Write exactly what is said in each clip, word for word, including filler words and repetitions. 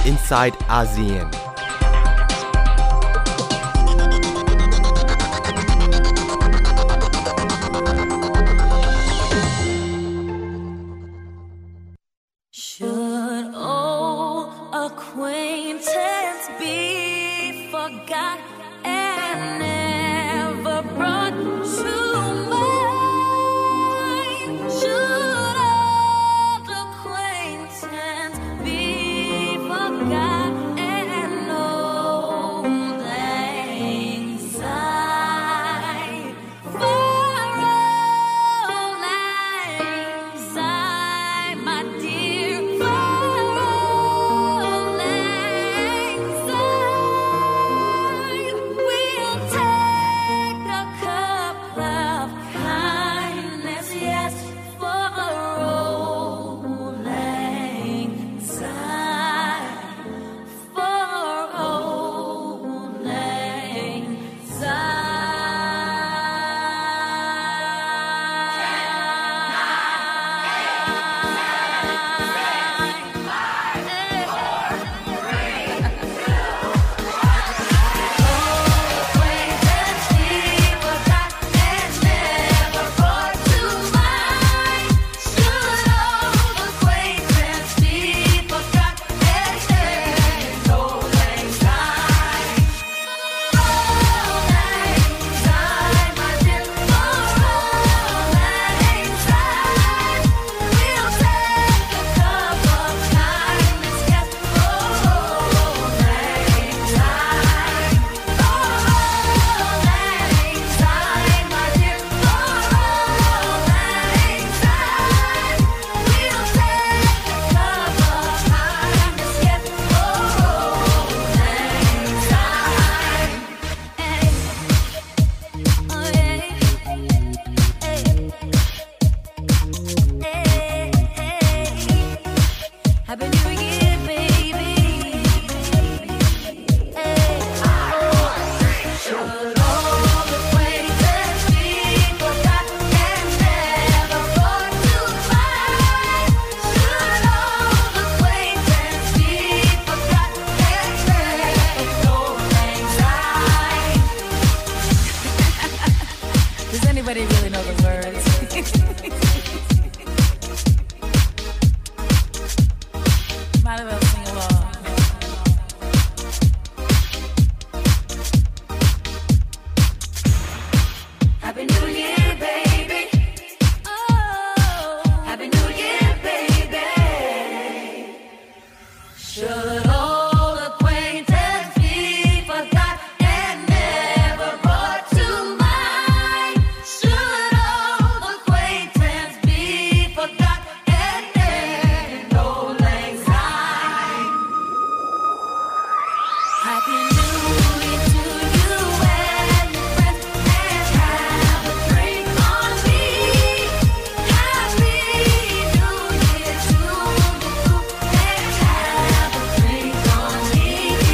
inside อาเซียน Should old acquaintance be forgot and never brought to mind? Should old acquaintance be forgot and old lang syne? For old lang syne, my dear, for old lang syne, we'll take a cup of kindness, yes, for old lang syne, for old lang syne. Happy New Year, baby. Should old acquaintance be forgot and never brought to mind? Should old acquaintance be forgot and never old lang syne? Does anybody really know the words? Might as well sing along. Happy New Year, baby. Oh, Happy New Year, baby. Should old acquaintance be forgot and never brought to mind? Should old acquaintance be forgot and never old lang syne? Happy New Year to you and your friends, and have a drink on me. Happy New Year to you and have a drink on me.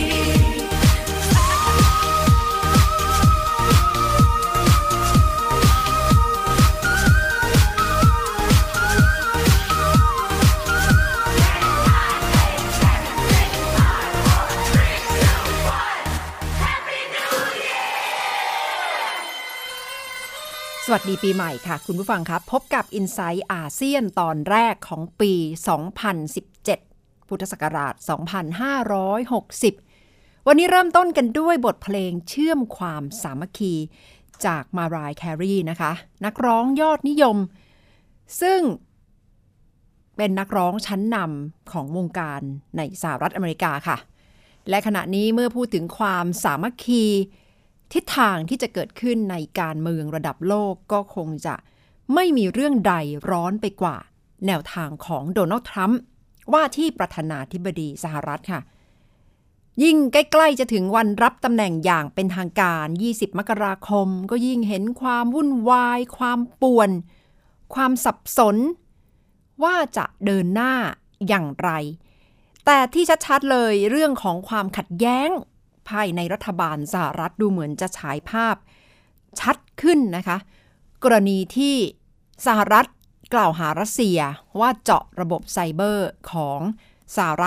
สวัสดีปีใหม่ค่ะคุณผู้ฟังครับพบกับ Insight อาเซียนตอนแรกของปี สองพันสิบเจ็ด พุทธศักราช สองพันห้าร้อยหกสิบ วันนี้เริ่มต้นกันด้วยบทเพลงเชื่อมความสามัคคีจากมารายแครีนะคะนักร้องยอดนิยมซึ่งเป็นนักร้องชั้นนำของวงการในสหรัฐอเมริกาค่ะและขณะนี้เมื่อพูดถึงความสามัคคีทิศทางที่จะเกิดขึ้นในการเมืองระดับโลกก็คงจะไม่มีเรื่องใดร้อนไปกว่าแนวทางของโดนัลด์ทรัมป์ว่าที่ประธานาธิบดีสหรัฐค่ะยิ่งใกล้ๆจะถึงวันรับตำแหน่งอย่างเป็นทางการยี่สิบมกราคมก็ยิ่งเห็นความวุ่นวายความป่วนความสับสนว่าจะเดินหน้าอย่างไรแต่ที่ชัดๆเลยเรื่องของความขัดแย้งภายในรัฐบาลสหรัฐดูเหมือนจะฉายภาพชัดขึ้นนะคะกรณีที่สหรัฐกล่าวหารัสเซียว่าเจาะระบบไซเบอร์ของสหรัฐ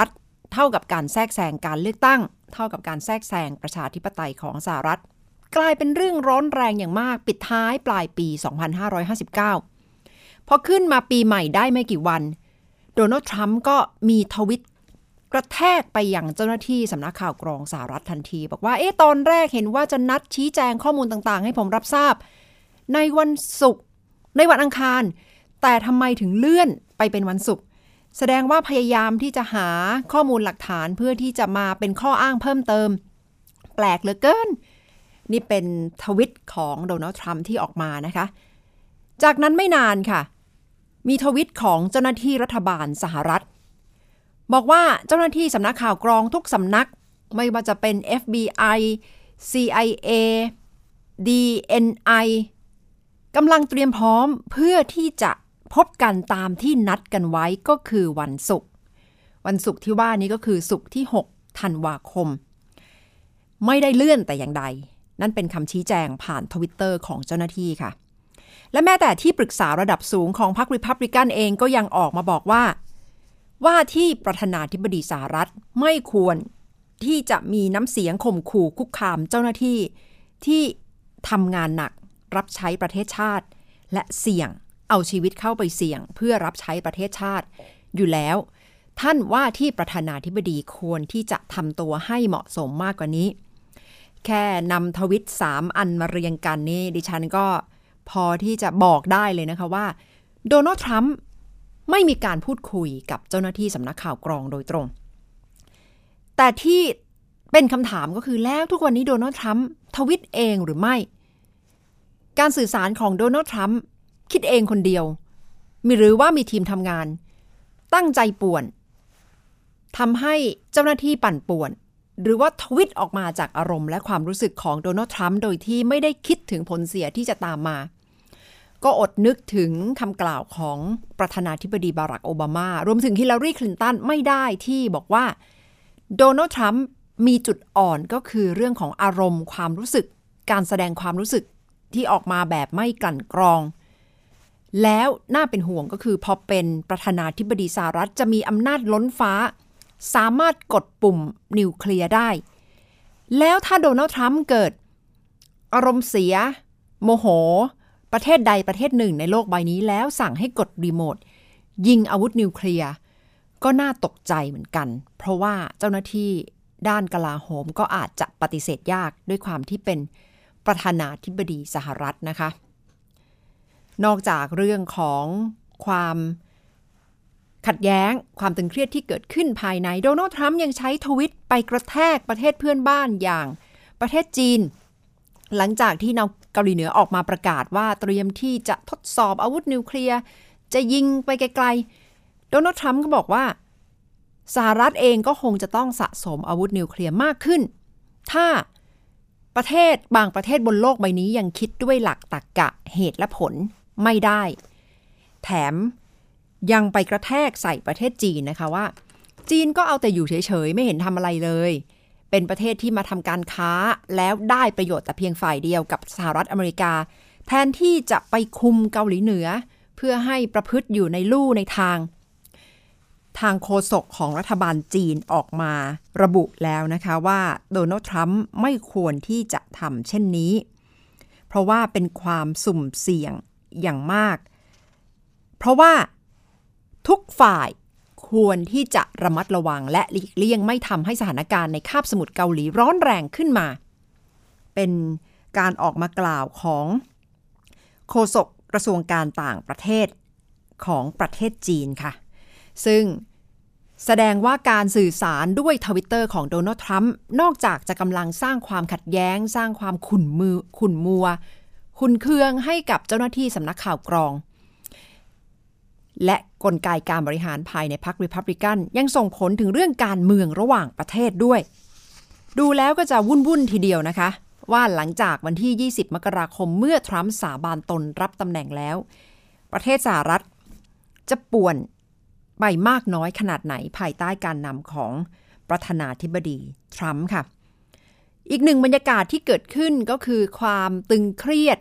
เท่ากับการแทรกแซงการเลือกตั้งเท่ากับการแทรกแซงประชาธิปไตยของสหรัฐกลายเป็นเรื่องร้อนแรงอย่างมากปิดท้ายปลายปี สองพันห้าร้อยห้าสิบเก้า พอขึ้นมาปีใหม่ได้ไม่กี่วันโดนัลด์ทรัมป์ก็มีทวิตกระแทกไปยังเจ้าหน้าที่สำนักข่าวกรองสหรัฐทันทีบอกว่าเอ๊ะตอนแรกเห็นว่าจะนัดชี้แจงข้อมูลต่างๆให้ผมรับทราบในวันศุกร์ในวันอังคารแต่ทำไมถึงเลื่อนไปเป็นวันศุกร์แสดงว่าพยายามที่จะหาข้อมูลหลักฐานเพื่อที่จะมาเป็นข้ออ้างเพิ่มเติมแปลกเหลือเกินนี่เป็นทวิตของโดนัลด์ทรัมป์ที่ออกมานะคะจากนั้นไม่นานค่ะมีทวิตของเจ้าหน้าที่รัฐบาลสหรัฐบอกว่าเจ้าหน้าที่สำนักข่าวกรองทุกสำนักไม่ว่าจะเป็น เอฟ บี ไอ ซี ไอ เอ ดี เอ็น ไอ กำลังเตรียมพร้อมเพื่อที่จะพบกันตามที่นัดกันไว้ก็คือวันศุกร์วันศุกร์ที่ว่านี้ก็คือศุกร์ที่หกธันวาคมไม่ได้เลื่อนแต่อย่างใดนั่นเป็นคำชี้แจงผ่าน Twitter ของเจ้าหน้าที่ค่ะและแม้แต่ที่ปรึกษาระดับสูงของพรรค Republican เองก็ยังออกมาบอกว่าว่าที่ประธานาธิบดีสหรัฐไม่ควรที่จะมีน้ำเสียงข่มขู่คุกคามเจ้าหน้าที่ที่ทำงานหนักรับใช้ประเทศชาติและเสี่ยงเอาชีวิตเข้าไปเสี่ยงเพื่อรับใช้ประเทศชาติอยู่แล้วท่านว่าที่ประธานาธิบดีควรที่จะทำตัวให้เหมาะสมมากกว่านี้แค่นำทวิตสามอันมาเรียงกันนี่ดิฉันก็พอที่จะบอกได้เลยนะคะว่าโดนัลด์ทรัมป์ไม่มีการพูดคุยกับเจ้าหน้าที่สำนักข่าวกรองโดยตรงแต่ที่เป็นคำถามก็คือแล้วทุกวันนี้โดนัลด์ทรัมป์ทวิตเองหรือไม่การสื่อสารของโดนัลด์ทรัมป์คิดเองคนเดียวมีหรือว่ามีทีมทำงานตั้งใจป่วนทำให้เจ้าหน้าที่ปั่นป่วนหรือว่าทวิตออกมาจากอารมณ์และความรู้สึกของโดนัลด์ทรัมป์โดยที่ไม่ได้คิดถึงผลเสียที่จะตามมาก็อดนึกถึงคำกล่าวของประธานาธิบดีบารักโอบามารวมถึงฮิลลารีคลินตันไม่ได้ที่บอกว่าโดนัลด์ทรัมป์มีจุดอ่อนก็คือเรื่องของอารมณ์ความรู้สึกการแสดงความรู้สึกที่ออกมาแบบไม่กลั่นกรองแล้วน่าเป็นห่วงก็คือพอเป็นประธานาธิบดีสหรัฐจะมีอำนาจล้นฟ้าสามารถกดปุ่มนิวเคลียร์ได้แล้วถ้าโดนัลด์ทรัมป์เกิดอารมณ์เสียโมโหประเทศใดประเทศหนึ่งในโลกใบนี้แล้วสั่งให้กดรีโมทยิงอาวุธนิวเคลียร์ก็น่าตกใจเหมือนกันเพราะว่าเจ้าหน้าที่ด้านกลาโหมก็อาจจะปฏิเสธยากด้วยความที่เป็นประธานาธิบดีสหรัฐนะคะนอกจากเรื่องของความขัดแย้งความตึงเครียดที่เกิดขึ้นภายในโดนัลด์ทรัมป์ยังใช้ทวิตไปกระแทกประเทศเพื่อนบ้านอย่างประเทศจีนหลังจากที่เกาหลีเหนือออกมาประกาศว่าเตรียมที่จะทดสอบอาวุธนิวเคลียร์จะยิงไปไกลๆโดนัลด์ทรัมป์ก็บอกว่าสหรัฐเองก็คงจะต้องสะสมอาวุธนิวเคลียร์มากขึ้นถ้าประเทศบางประเทศบนโลกใบนี้ยังคิดด้วยหลักตรรกะเหตุและผลไม่ได้แถมยังไปกระแทกใส่ประเทศจีนนะคะว่าจีนก็เอาแต่อยู่เฉยๆไม่เห็นทำอะไรเลยเป็นประเทศที่มาทำการค้าแล้วได้ประโยชน์แต่เพียงฝ่ายเดียวกับสหรัฐอเมริกาแทนที่จะไปคุมเกาหลีเหนือเพื่อให้ประพฤติอยู่ในลู่ในทางทางโฆษกของรัฐบาลจีนออกมาระบุแล้วนะคะว่าโดนัลด์ทรัมป์ไม่ควรที่จะทำเช่นนี้เพราะว่าเป็นความสุ่มเสี่ยงอย่างมากเพราะว่าทุกฝ่ายควรที่จะระมัดระวังและหลีกเลี่ยงไม่ทำให้สถานการณ์ในคาบสมุทรเกาหลีร้อนแรงขึ้นมาเป็นการออกมากล่าวของโฆษกกระทรวงการต่างประเทศของประเทศจีนค่ะซึ่งแสดงว่าการสื่อสารด้วย Twitter ของโดนัลด์ทรัมป์นอกจากจะกำลังสร้างความขัดแย้งสร้างความขุ่นมือขุ่นมัวขุ่นเคืองให้กับเจ้าหน้าที่สำนักข่าวกรองและกลไกการบริหารภายในพรรค Republican ยังส่งผลถึงเรื่องการเมืองระหว่างประเทศด้วยดูแล้วก็จะวุ่นๆทีเดียวนะคะว่าหลังจากวันที่ยี่สิบมกราคมเมื่อทรัมป์สาบานตนรับตำแหน่งแล้วประเทศสหรัฐจะป่วนไปมากน้อยขนาดไหนภายใต้การนำของประธานาธิบดีทรัมป์ค่ะอีกหนึ่งบรรยากาศที่เกิดขึ้นก็คือความตึงเครียด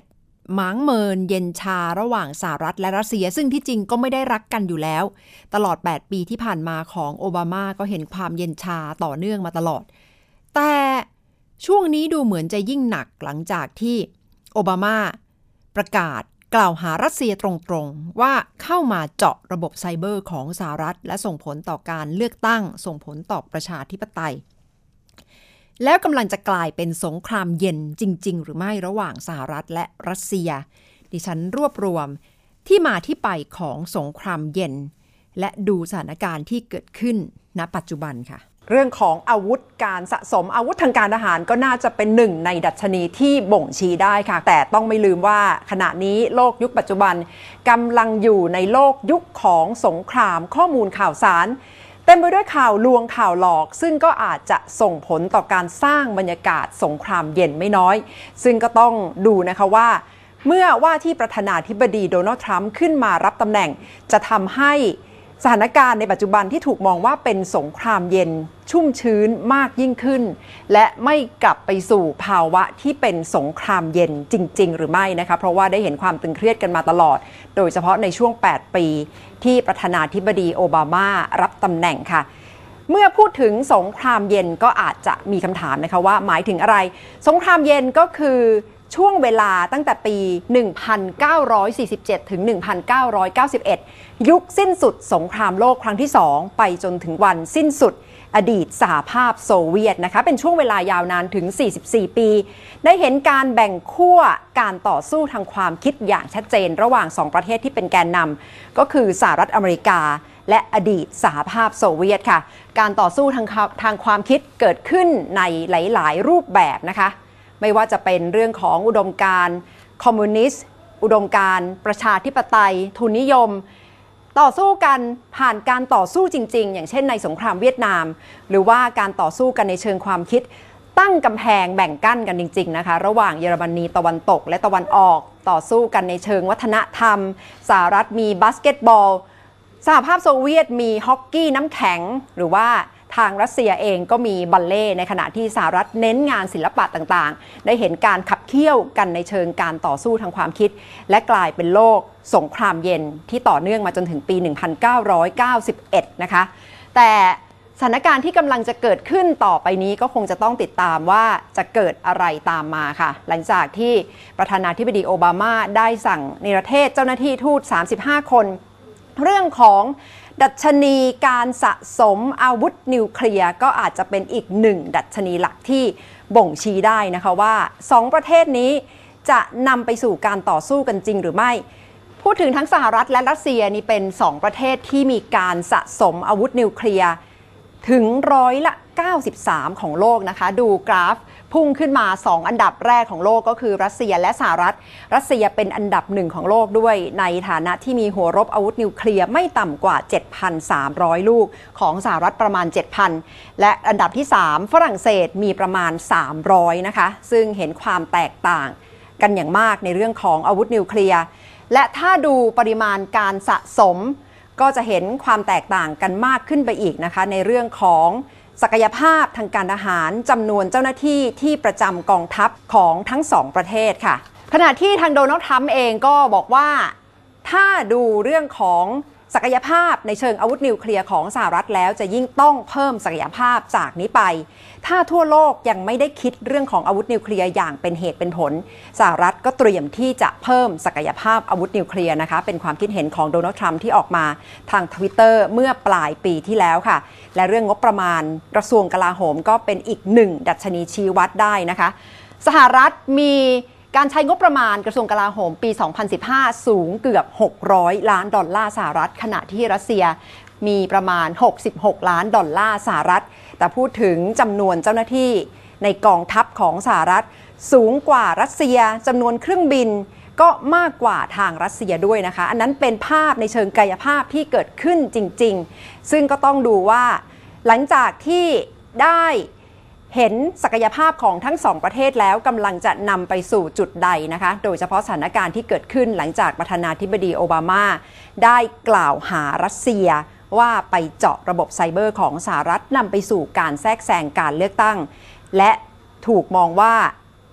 หมางเมินเย็นชาระหว่างสหรัฐและรัสเซียซึ่งที่จริงก็ไม่ได้รักกันอยู่แล้วตลอดแปดปีที่ผ่านมาของโอบามาก็เห็นความเย็นชาต่อเนื่องมาตลอดแต่ช่วงนี้ดูเหมือนจะยิ่งหนักหลังจากที่โอบามาประกาศกล่าวหารัสเซียตรงๆว่าเข้ามาเจาะระบบไซเบอร์ของสหรัฐและส่งผลต่อการเลือกตั้งส่งผลต่อประชาธิปไตยแล้วกำลังจะกลายเป็นสงครามเย็นจริงๆหรือไม่ระหว่างสหรัฐและรัสเซียดิฉันรวบรวมที่มาที่ไปของสงครามเย็นและดูสถานการณ์ที่เกิดขึ้นณปัจจุบันค่ะเรื่องของอาวุธการสะสมอาวุธทางการทหารก็น่าจะเป็นหนึ่งในดัชนีที่บ่งชี้ได้ค่ะแต่ต้องไม่ลืมว่าขณะนี้โลกยุคปัจจุบันกำลังอยู่ในโลกยุคของสงครามข้อมูลข่าวสารเต็มไปด้วยข่าวลวงข่าวหลอกซึ่งก็อาจจะส่งผลต่อการสร้างบรรยากาศสงครามเย็นไม่น้อยซึ่งก็ต้องดูนะคะว่าเมื่อว่าที่ประธานาธิบดีโดนัลด์ทรัมป์ขึ้นมารับตำแหน่งจะทำให้สถานการณ์ในปัจจุบันที่ถูกมองว่าเป็นสงครามเย็นชุ่มชื้นมากยิ่งขึ้นและไม่กลับไปสู่ภาวะที่เป็นสงครามเย็นจริงๆหรือไม่นะคะเพราะว่าได้เห็นความตึงเครียดกันมาตลอดโดยเฉพาะในช่วงแปดปีที่ประธานาธิบดีโอบามารับตำแหน่งค่ะเมื่อพูดถึงสงครามเย็นก็อาจจะมีคำถามนะคะว่าหมายถึงอะไรสงครามเย็นก็คือช่วงเวลาตั้งแต่ปี หนึ่งพันเก้าร้อยสี่สิบเจ็ด ถึง หนึ่งพันเก้าร้อยเก้าสิบเอ็ด ยุคสิ้นสุดสงครามโลกครั้งที่สองไปจนถึงวันสิ้นสุดอดีตสหภาพโซเวียตนะคะเป็นช่วงเวลายาวนานถึงสี่สิบสี่ปีได้เห็นการแบ่งขั้วการต่อสู้ทางความคิดอย่างชัดเจนระหว่างสองประเทศที่เป็นแกนนำก็คือสหรัฐอเมริกาและอดีตสหภาพโซเวียตค่ะการต่อสู้ทางทางความคิดเกิดขึ้นในหลายๆรูปแบบนะคะไม่ว่าจะเป็นเรื่องของอุดมการณ์คอมมิวนิสต์อุดมการณ์ประชาธิปไตยทุนนิยมต่อสู้กันผ่านการต่อสู้จริงๆอย่างเช่นในสงครามเวียดนามหรือว่าการต่อสู้กันในเชิงความคิดตั้งกำแพงแบ่งกั้นกันจริงๆนะคะระหว่างเยอรมนีตะวันตกและตะวันออกต่อสู้กันในเชิงวัฒนธรรมสหรัฐมีบาสเกตบอลสหภาพโซเวียตมีฮอกกี้น้ำแข็งหรือว่าทางรัสเซียเองก็มีบัลเล่ในขณะที่สหรัฐเน้นงานศิลปะต่างๆได้เห็นการขับเคี่ยวกันในเชิงการต่อสู้ทางความคิดและกลายเป็นโลกสงครามเย็นที่ต่อเนื่องมาจนถึงปี หนึ่งพันเก้าร้อยเก้าสิบเอ็ด นะคะแต่สถานการณ์ที่กำลังจะเกิดขึ้นต่อไปนี้ก็คงจะต้องติดตามว่าจะเกิดอะไรตามมาค่ะหลังจากที่ประธานาธิบดีโอบามาได้สั่งนิรเทศเจ้าหน้าที่ทูตสามสิบห้าคนเรื่องของดัชนีการสะสมอาวุธนิวเคลียร์ก็อาจจะเป็นอีกหนึ่งดัชนีหลักที่บ่งชี้ได้นะคะว่าสองประเทศนี้จะนำไปสู่การต่อสู้กันจริงหรือไม่พูดถึงทั้งสหรัฐและรัสเซียนี่เป็นสองประเทศที่มีการสะสมอาวุธนิวเคลียร์ถึงร้อยละเก้าสิบสามของโลกนะคะดูกราฟพุ่งขึ้นมาสองอันดับแรกของโลกก็คือรัสเซียและสหรัฐรัสเซียเป็นอันดับหนึ่งของโลกด้วยในฐานะที่มีหัวรบอาวุธนิวเคลียร์ไม่ต่ำกว่า เจ็ดพันสามร้อย ลูกของสหรัฐประมาณ เจ็ดพัน และอันดับที่สามฝรั่งเศสมีประมาณสามร้อยนะคะซึ่งเห็นความแตกต่างกันอย่างมากในเรื่องของอาวุธนิวเคลียร์และถ้าดูปริมาณการสะสมก็จะเห็นความแตกต่างกันมากขึ้นไปอีกนะคะในเรื่องของศักยภาพทางการทหารจำนวนเจ้าหน้าที่ที่ประจำกองทัพของทั้งสองประเทศค่ะขณะที่ทางโดนัลด์ทรัมป์เองก็บอกว่าถ้าดูเรื่องของศักยภาพในเชิงอาวุธนิวเคลียร์ของสหรัฐแล้วจะยิ่งต้องเพิ่มศักยภาพจากนี้ไปถ้าทั่วโลกยังไม่ได้คิดเรื่องของอาวุธนิวเคลียร์อย่างเป็นเหตุเป็นผลสหรัฐก็เตรียมที่จะเพิ่มศักยภาพอาวุธนิวเคลียร์นะคะเป็นความคิดเห็นของโดนัลด์ทรัมป์ที่ออกมาทาง Twitter เมื่อปลายปีที่แล้วค่ะและเรื่องงบประมาณกระทรวงกลาโหมก็เป็นอีกหนึ่งดัชนีชี้วัดได้นะคะสหรัฐมีการใช้งบประมาณกระทรวงกลาโหมปี สองพันสิบห้า สูงเกือบ หกร้อย ล้านดอลลาร์สหรัฐขณะที่รัสเซียมีประมาณ หกสิบหก ล้านดอลลาร์สหรัฐแต่พูดถึงจำนวนเจ้าหน้าที่ในกองทัพของสหรัฐสูงกว่ารัสเซียจำนวนเครื่องบินก็มากกว่าทางรัสเซียด้วยนะคะอันนั้นเป็นภาพในเชิงกายภาพที่เกิดขึ้นจริงๆซึ่งก็ต้องดูว่าหลังจากที่ได้เห็นศักยภาพของทั้งสองประเทศแล้วกำลังจะนำไปสู่จุดใดนะคะโดยเฉพาะสถานการณ์ที่เกิดขึ้นหลังจากประธานาธิบดีโอบามาได้กล่าวหารัสเซียว่าไปเจาะระบบไซเบอร์ของสหรัฐนำไปสู่การแทรกแซงการเลือกตั้งและถูกมองว่า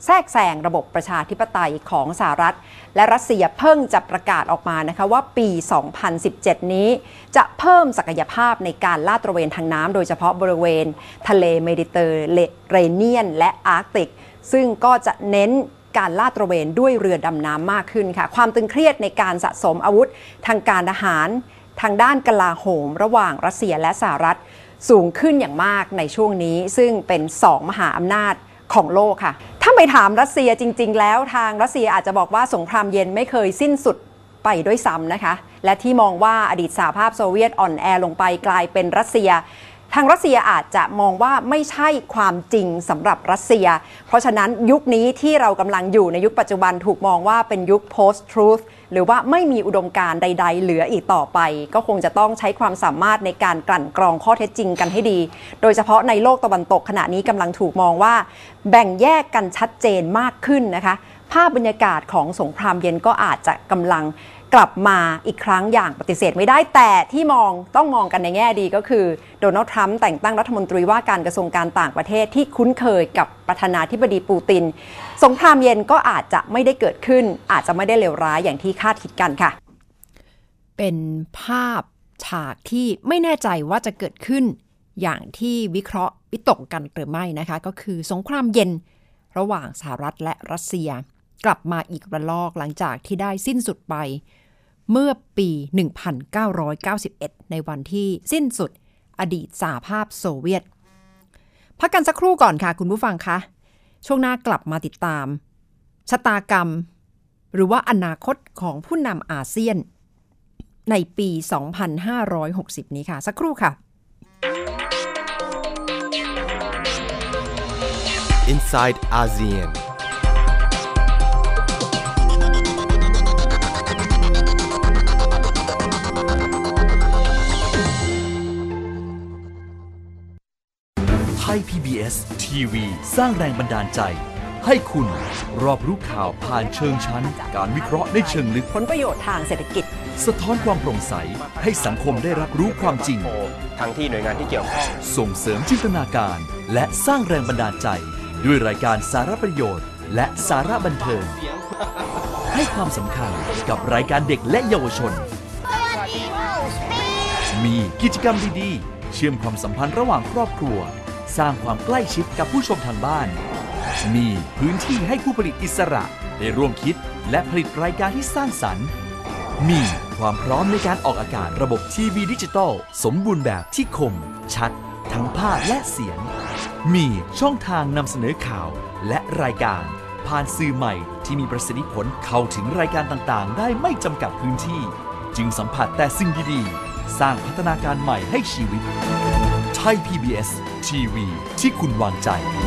แทรกแซงระบบประชาธิปไตยของสหรัฐและรัสเซียเพิ่งจะประกาศออกมานะคะว่าปี สองพันสิบเจ็ด นี้จะเพิ่มศักยภาพในการลาดตระเวนทางน้ำโดยเฉพาะบริเวณทะเลเมดิเตอร์เรเนียนและอาร์กติกซึ่งก็จะเน้นการลาดตระเวนด้วยเรือดำน้ำมากขึ้นค่ะความตึงเครียดในการสะสมอาวุธทางการทหารทางด้านกลาโหมระหว่างรัสเซียและสหรัฐสูงขึ้นอย่างมากในช่วงนี้ซึ่งเป็นสองมหาอำนาจของโลกค่ะถ้าไปถามรัสเซียจริงๆแล้วทางรัสเซียอาจจะบอกว่าสงครามเย็นไม่เคยสิ้นสุดไปด้วยซ้ำนะคะและที่มองว่าอดีตสหภาพโซเวียตอ่อนแอลงไปกลายเป็นรัสเซียทางรัสเซียอาจจะมองว่าไม่ใช่ความจริงสำหรับรัสเซียเพราะฉะนั้นยุคนี้ที่เรากำลังอยู่ในยุคปัจจุบันถูกมองว่าเป็นยุค post truth หรือว่าไม่มีอุดมการณ์ใดๆเหลืออีกต่อไปก็คงจะต้องใช้ความสามารถในการกลั่นกรองข้อเท็จจริงกันให้ดีโดยเฉพาะในโลกตะวันตกขณะนี้กำลังถูกมองว่าแบ่งแยกกันชัดเจนมากขึ้นนะคะภาพบรรยากาศของสงครามเย็นก็อาจจะกำลังกลับมาอีกครั้งอย่างปฏิเสธไม่ได้แต่ที่มองต้องมองกันในแง่ดีก็คือโดนัลด์ทรัมป์แต่งตั้งรัฐมนตรีว่าการกระทรวงการต่างประเทศที่คุ้นเคยกับประธานาธิบดีปูตินสงครามเย็นก็อาจจะไม่ได้เกิดขึ้นอาจจะไม่ได้เลวร้ายอย่างที่คาดคิดกันค่ะเป็นภาพฉากที่ไม่แน่ใจว่าจะเกิดขึ้นอย่างที่วิเคราะห์วิตกกันหรือไม่นะคะก็คือสงครามเย็นระหว่างสหรัฐและรัสเซียกลับมาอีกระลอกหลังจากที่ได้สิ้นสุดไปเมื่อปี หนึ่งพันเก้าร้อยเก้าสิบเอ็ด ในวันที่สิ้นสุดอดีตสหภาพโซเวียตพักกันสักครู่ก่อนค่ะคุณผู้ฟังคะช่วงหน้ากลับมาติดตามชะตากรรมหรือว่าอนาคตของผู้นำอาเซียนในปี สองพันห้าร้อยหกสิบ นี้ค่ะสักครู่ค่ะ Inside อาเซียนไทย พี บี เอส ที วี สร้างแรงบันดาลใจให้คุณรอบรู้ข่าวผ่านเชิงชั้นการวิเคราะห์ในเชิงลึกผลประโยชน์ทางเศรษฐกิจสะท้อนความโปร่งใสให้สังคมได้รับรู้ความจริงทั้งที่หน่วยงานที่เกี่ยวข้องส่งเสริมจินตนาการและสร้างแรงบันดาลใจด้วยรายการสาระประโยชน์และสาระบันเทิงให้ความสำคัญกับรายการเด็กและเยาวชนมีกิจกรรมดีๆเชื่อมความสัมพันธ์ระหว่างครอบครัวสร้างความใกล้ชิดกับผู้ชมทางบ้านมีพื้นที่ให้ผู้ผลิตอิสระได้ร่วมคิดและผลิตรายการที่สร้างสรรค์มีความพร้อมในการออกอากาศระบบทีวีดิจิตอลสมบูรณ์แบบที่คมชัดทั้งภาพและเสียงมีช่องทางนำเสนอข่าวและรายการผ่านสื่อใหม่ที่มีประสิทธิผลเข้าถึงรายการต่างๆได้ไม่จำกัดพื้นที่จึงสัมผัสแต่สิ่งดีๆสร้างพัฒนาการใหม่ให้ชีวิตไทย พี บี เอส ที วี ที่คุณวางใจ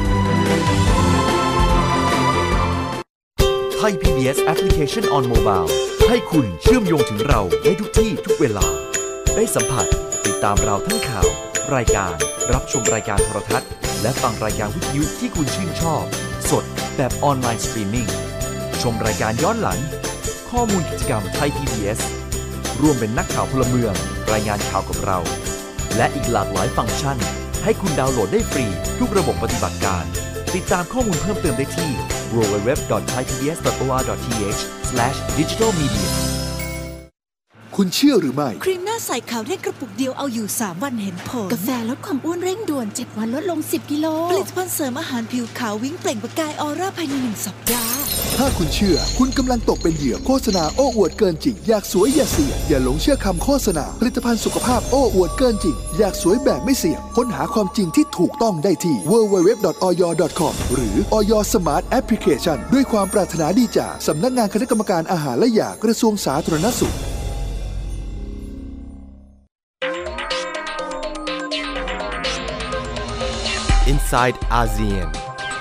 ไทย พี บี เอส Application on Mobile ให้คุณเชื่อมโยงถึงเราได้ทุกที่ทุกเวลาได้สัมผัสติดตามเราทั้งข่าวรายการรับชมรายการโทรทัศน์และฟังรายการวิทยุที่คุณชื่นชอบสดแบบออนไลน์สตรีมมิ่งชมรายการย้อนหลังข้อมูลกิจกรรมไทย พี บี เอส ร่วมเป็นนักข่าวพลเมืองรายงานข่าวกับเราและอีกหลากหลายฟังก์ชันให้คุณดาวน์โหลดได้ฟรีทุกระบบปฏิบัติการติดตามข้อมูลเพิ่มเติมได้ที่ ดับเบิลยู ดับเบิลยู ดับเบิลยู ดอท ไทย พี บี เอส ดอท โอ อาร์ ดอท ที เอช สแลช ดิจิทัล มีเดียคุณเชื่อหรือไม่ครีมหน้าใสขาวเร่งกระปุกเดียวเอาอยู่สามวันเห็นผลกาแฟลดความอ้วนเร่งด่วนเจ็ดวันลดลงสิบกิโลผลิตภัณฑ์เสริมอาหารผิวขาววิ่งเปล่งประกายออร่าภายในหนึ่งสัปดาห์ถ้าคุณเชื่อคุณกำลังตกเป็นเหยื่อโฆษณาโอ้อวดเกินจริงอยากสวยอย่าเสี่ยงอย่าหลงเชื่อคำโฆษณาผลิตภัณฑ์สุขภาพโอ้อวดเกินจริงอยากสวยแบบไม่เสี่ยงค้นหาความจริงที่ถูกต้องได้ที่ ดับเบิลยู ดับเบิลยู ดับเบิลยู ดอท ออย ดอท คอม หรือ อย Smart Application ด้วยความปรารถนาดีจากสำนักงานคณะกรรมการอาหารและยากระทรวงสาธารณสุข Inside อาเซียน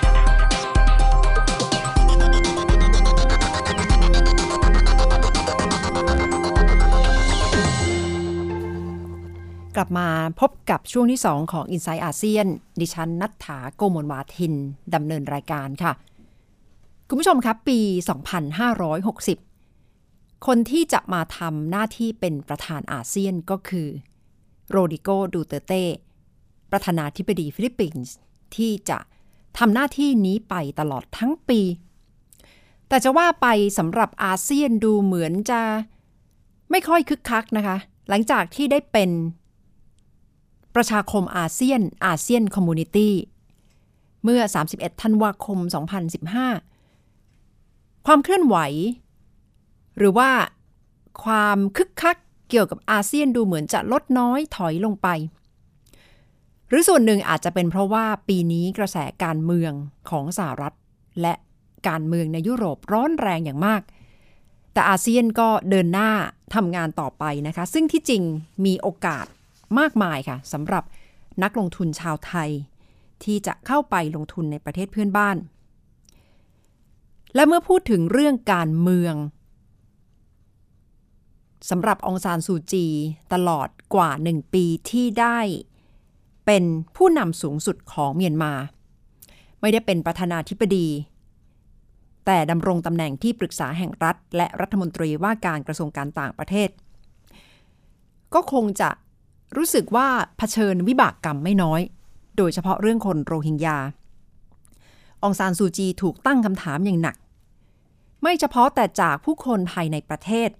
กลับมาพบกับช่วงที่สองของ Inside อาเซียนดิฉันณัฐฐา โกมลวาทินดำเนินรายการค่ะคุณผู้ชมครับปี สองพันห้าร้อยหกสิบ คนที่จะมาทำหน้าที่เป็นประธานอาเซียนก็คือโรดิโก ดูเตอร์เต้ประธานาธิบดีฟิลิปปินส์ที่จะทำหน้าที่นี้ไปตลอดทั้งปี แต่จะว่าไปสำหรับอาเซียนดูเหมือนจะไม่ค่อยคึกคักนะคะหลังจากที่ได้เป็นประชาคมอาเซียนอาเซียนคอมมูนิตี้เมื่อสามสิบเอ็ดธันวาคมสองพันสิบห้าความเคลื่อนไหวหรือว่าความคึกคักเกี่ยวกับอาเซียนดูเหมือนจะลดน้อยถอยลงไปหรือส่วนหนึ่งอาจจะเป็นเพราะว่าปีนี้กระแสการเมืองของสหรัฐและการเมืองในยุโรปร้อนแรงอย่างมากแต่อาเซียนก็เดินหน้าทำงานต่อไปนะคะซึ่งที่จริงมีโอกาสมากมายค่ะสำหรับนักลงทุนชาวไทยที่จะเข้าไปลงทุนในประเทศเพื่อนบ้านและเมื่อพูดถึงเรื่องการเมืองสำหรับองซานซูจีตลอดกว่าหนึ่งปีที่ได้เป็นผู้นำสูงสุดของเมียนมาไม่ได้เป็นประธานาธิบดีแต่ดำรงตำแหน่งที่ปรึกษาแห่งรัฐและรัฐมนตรีว่าการกระทรวงการต่างประเทศก็คงจะรู้สึกว่าเผชิญวิบากกรรมไม่น้อยโดยเฉพาะเรื่องคนโรฮิงญาองซานซูจีถูกตั้งคำถามอย่างหนักไม่เฉพาะแต่จากผู้คนภายในประเทศ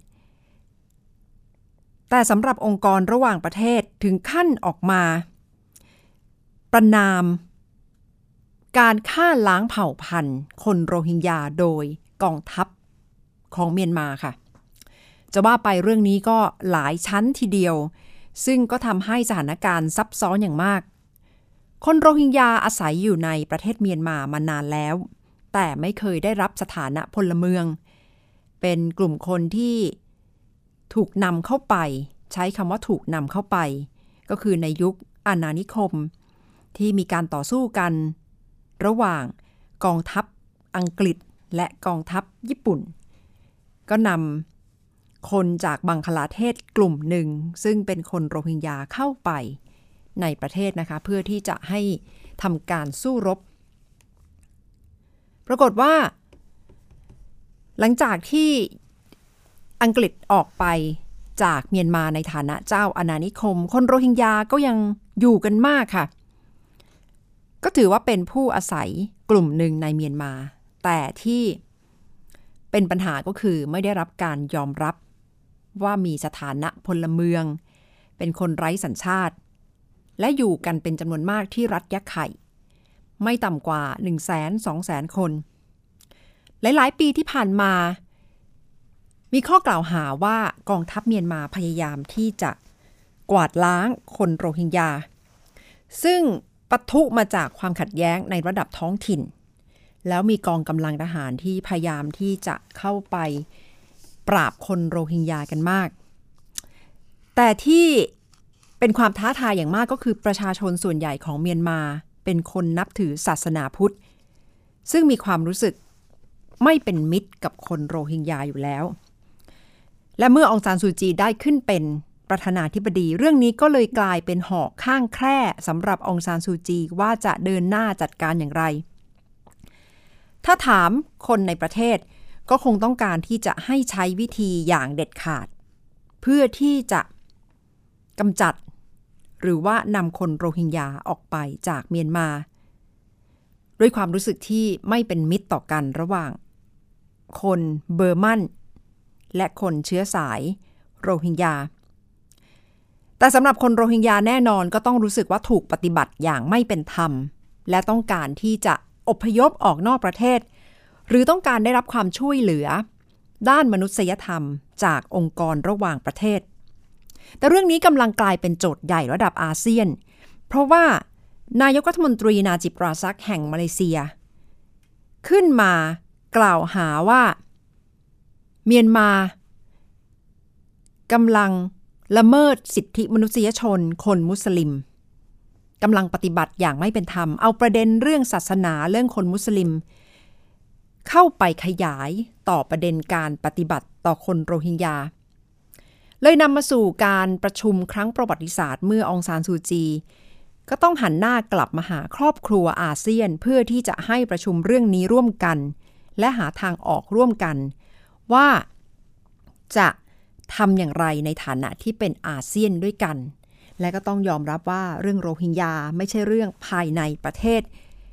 แต่สำหรับองค์กรระหว่างประเทศถึงขั้นออกมาประณามการฆ่าล้างเผ่าพันธุ์คนโรฮิงญาโดยกองทัพของเมียนมาค่ะจะว่าไปเรื่องนี้ก็หลายชั้นทีเดียวซึ่งก็ทำให้สถานการณ์ซับซ้อนอย่างมากคนโรฮิงญาอาศัยอยู่ในประเทศเมียนมามานานแล้วแต่ไม่เคยได้รับสถานะพลเมืองเป็นกลุ่มคนที่ถูกนำเข้าไปใช้คำว่าถูกนำเข้าไปก็คือในยุคอาณานิคมที่มีการต่อสู้กันระหว่างกองทัพอังกฤษและกองทัพญี่ปุ่นก็นำคนจากบังคลาเทศกลุ่มหนึ่งซึ่งเป็นคนโรฮิงญาเข้าไปในประเทศนะคะเพื่อที่จะให้ทำการสู้รบปรากฏว่าหลังจากที่อังกฤษออกไปจากเมียนมาในฐานะเจ้าอาณานิคมคนโรฮิงญาก็ยังอยู่กันมากค่ะก็ถือว่าเป็นผู้อาศัยกลุ่มหนึ่งในเมียนมาแต่ที่เป็นปัญหาก็คือไม่ได้รับการยอมรับว่ามีสถานะพลเมืองเป็นคนไร้สัญชาติและอยู่กันเป็นจำนวนมากที่รัฐยะไข่ไม่ต่ำกว่า หนึ่งแสนสองแสน คนหลายๆปีที่ผ่านมามีข้อกล่าวหาว่ากองทัพเมียนมาพยายามที่จะกวาดล้างคนโรฮิงญาซึ่งปะทุมาจากความขัดแย้งในระดับท้องถิ่นแล้วมีกองกำลังทหารที่พยายามที่จะเข้าไปปราบคนโรฮิงญากันมากแต่ที่เป็นความท้าทายอย่างมากก็คือประชาชนส่วนใหญ่ของเมียนมาเป็นคนนับถือศาสนาพุทธซึ่งมีความรู้สึกไม่เป็นมิตรกับคนโรฮิงญาอยู่แล้วและเมื่อองซานซูจีได้ขึ้นเป็นประธานาธิบดีเรื่องนี้ก็เลยกลายเป็นหอกข้างแคร่สำหรับองซานซูจีว่าจะเดินหน้าจัดการอย่างไรถ้าถามคนในประเทศก็คงต้องการที่จะให้ใช้วิธีอย่างเด็ดขาดเพื่อที่จะกำจัดหรือว่านำคนโรฮิงญาออกไปจากเมียนมาด้วยความรู้สึกที่ไม่เป็นมิตรต่อกันระหว่างคนเบอร์มันและคนเชื้อสายโรฮิงญาแต่สำหรับคนโรฮิงญาแน่นอนก็ต้องรู้สึกว่าถูกปฏิบัติอย่างไม่เป็นธรรมและต้องการที่จะอพยพออกนอกประเทศหรือต้องการได้รับความช่วยเหลือด้านมนุษยธรรมจากองค์กรระหว่างประเทศแต่เรื่องนี้กำลังกลายเป็นโจทย์ใหญ่ระดับอาเซียนเพราะว่านายกรัฐมนตรีนาจิบราซักแห่งมาเลเซียขึ้นมากล่าวหาว่าเมียนมากำลังละเมิดสิทธิมนุษยชนคนมุสลิมกำลังปฏิบัติอย่างไม่เป็นธรรมเอาประเด็นเรื่องศาสนาเรื่องคนมุสลิมเข้าไปขยายต่อประเด็นการปฏิบัติต่อคนโรฮิงญาเลยนำมาสู่การประชุมครั้งประวัติศาสตร์เมื่อองซานซูจีก็ต้องหันหน้ากลับมาหาครอบครัวอาเซียนเพื่อที่จะให้ประชุมเรื่องนี้ร่วมกันและหาทางออกร่วมกันว่าจะทำอย่างไรในฐานะที่เป็นอาเซียนด้วยกันและก็ต้องยอมรับว่าเรื่องโรฮิงญาไม่ใช่เรื่องภายในประเทศ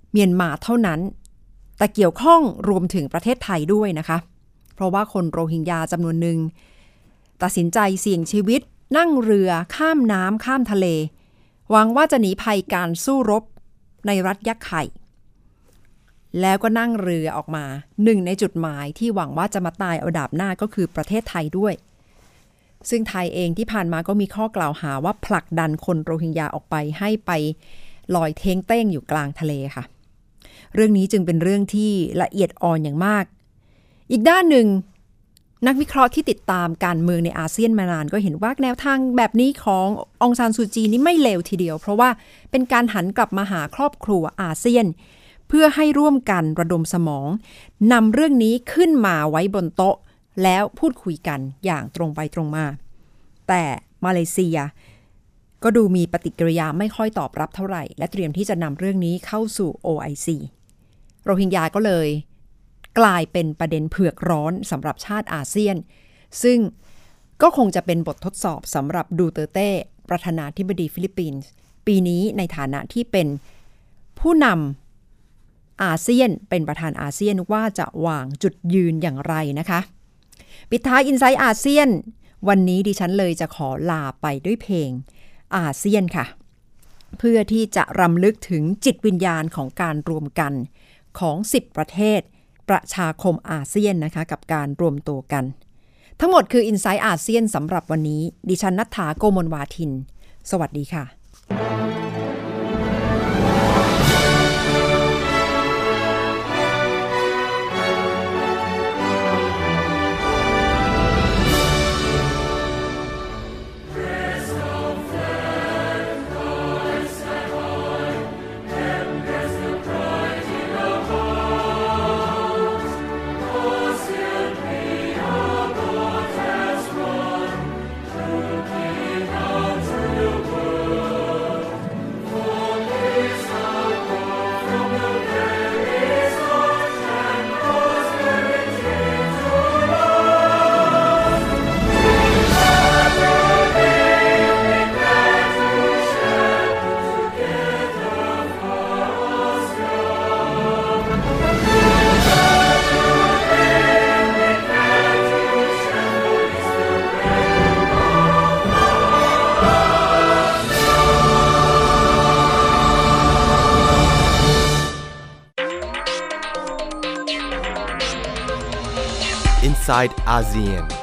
เมียนมาเท่านั้นแต่เกี่ยวข้องรวมถึงประเทศไทยด้วยนะคะเพราะว่าคนโรฮิงญาจำนวนหนึ่งตัดสินใจเสี่ยงชีวิตนั่งเรือข้ามน้ำข้ามทะเลหวังว่าจะหนีภัยการสู้รบในรัฐยักษ์ไข่แล้วก็นั่งเรือออกมาหนึ่งในจุดหมายที่หวังว่าจะมาตายเอาดาบหน้าก็คือประเทศไทยด้วยซึ่งไทยเองที่ผ่านมาก็มีข้อกล่าวหาว่าผลักดันคนโรฮิงญาออกไปให้ไปลอยเท้งเต้งอยู่กลางทะเลค่ะเรื่องนี้จึงเป็นเรื่องที่ละเอียดอ่อนอย่างมากอีกด้านหนึ่งนักวิเคราะห์ที่ติดตามการเมืองในอาเซียนมานานก็เห็นว่าแนวทางแบบนี้ขององซานซูจีนี่ไม่เลวทีเดียวเพราะว่าเป็นการหันกลับมาหาครอบครัวอาเซียนเพื่อให้ร่วมกันระดมสมองนำเรื่องนี้ขึ้นมาไว้บนโต๊ะแล้วพูดคุยกันอย่างตรงไปตรงมาแต่มาเลเซียก็ดูมีปฏิกิริยาไม่ค่อยตอบรับเท่าไหร่และเตรียมที่จะนำเรื่องนี้เข้าสู่ โอ ไอ ซี โรฮิงญาก็เลยกลายเป็นประเด็นเผือกร้อนสำหรับชาติอาเซียนซึ่งก็คงจะเป็นบททดสอบสำหรับดูเตอร์เต้ประธานาธิบดีฟิลิปปินส์ปีนี้ในฐานะที่เป็นผู้นำอาเซียนเป็นประธานอาเซียนว่าจะวางจุดยืนอย่างไรนะคะปิดท้ายอินไซต์อาเซียนวันนี้ดิฉันเลยจะขอลาไปด้วยเพลงอาเซียนค่ะเพื่อที่จะรำลึกถึงจิตวิญญาณของการรวมกันของสิบประเทศประชาคมอาเซียนนะคะกับการรวมตัวกันทั้งหมดคือ Insight อาเซียนสำหรับวันนี้ดิฉันณัฐฐา โกมลวาทินสวัสดีค่ะ Inside ASEAN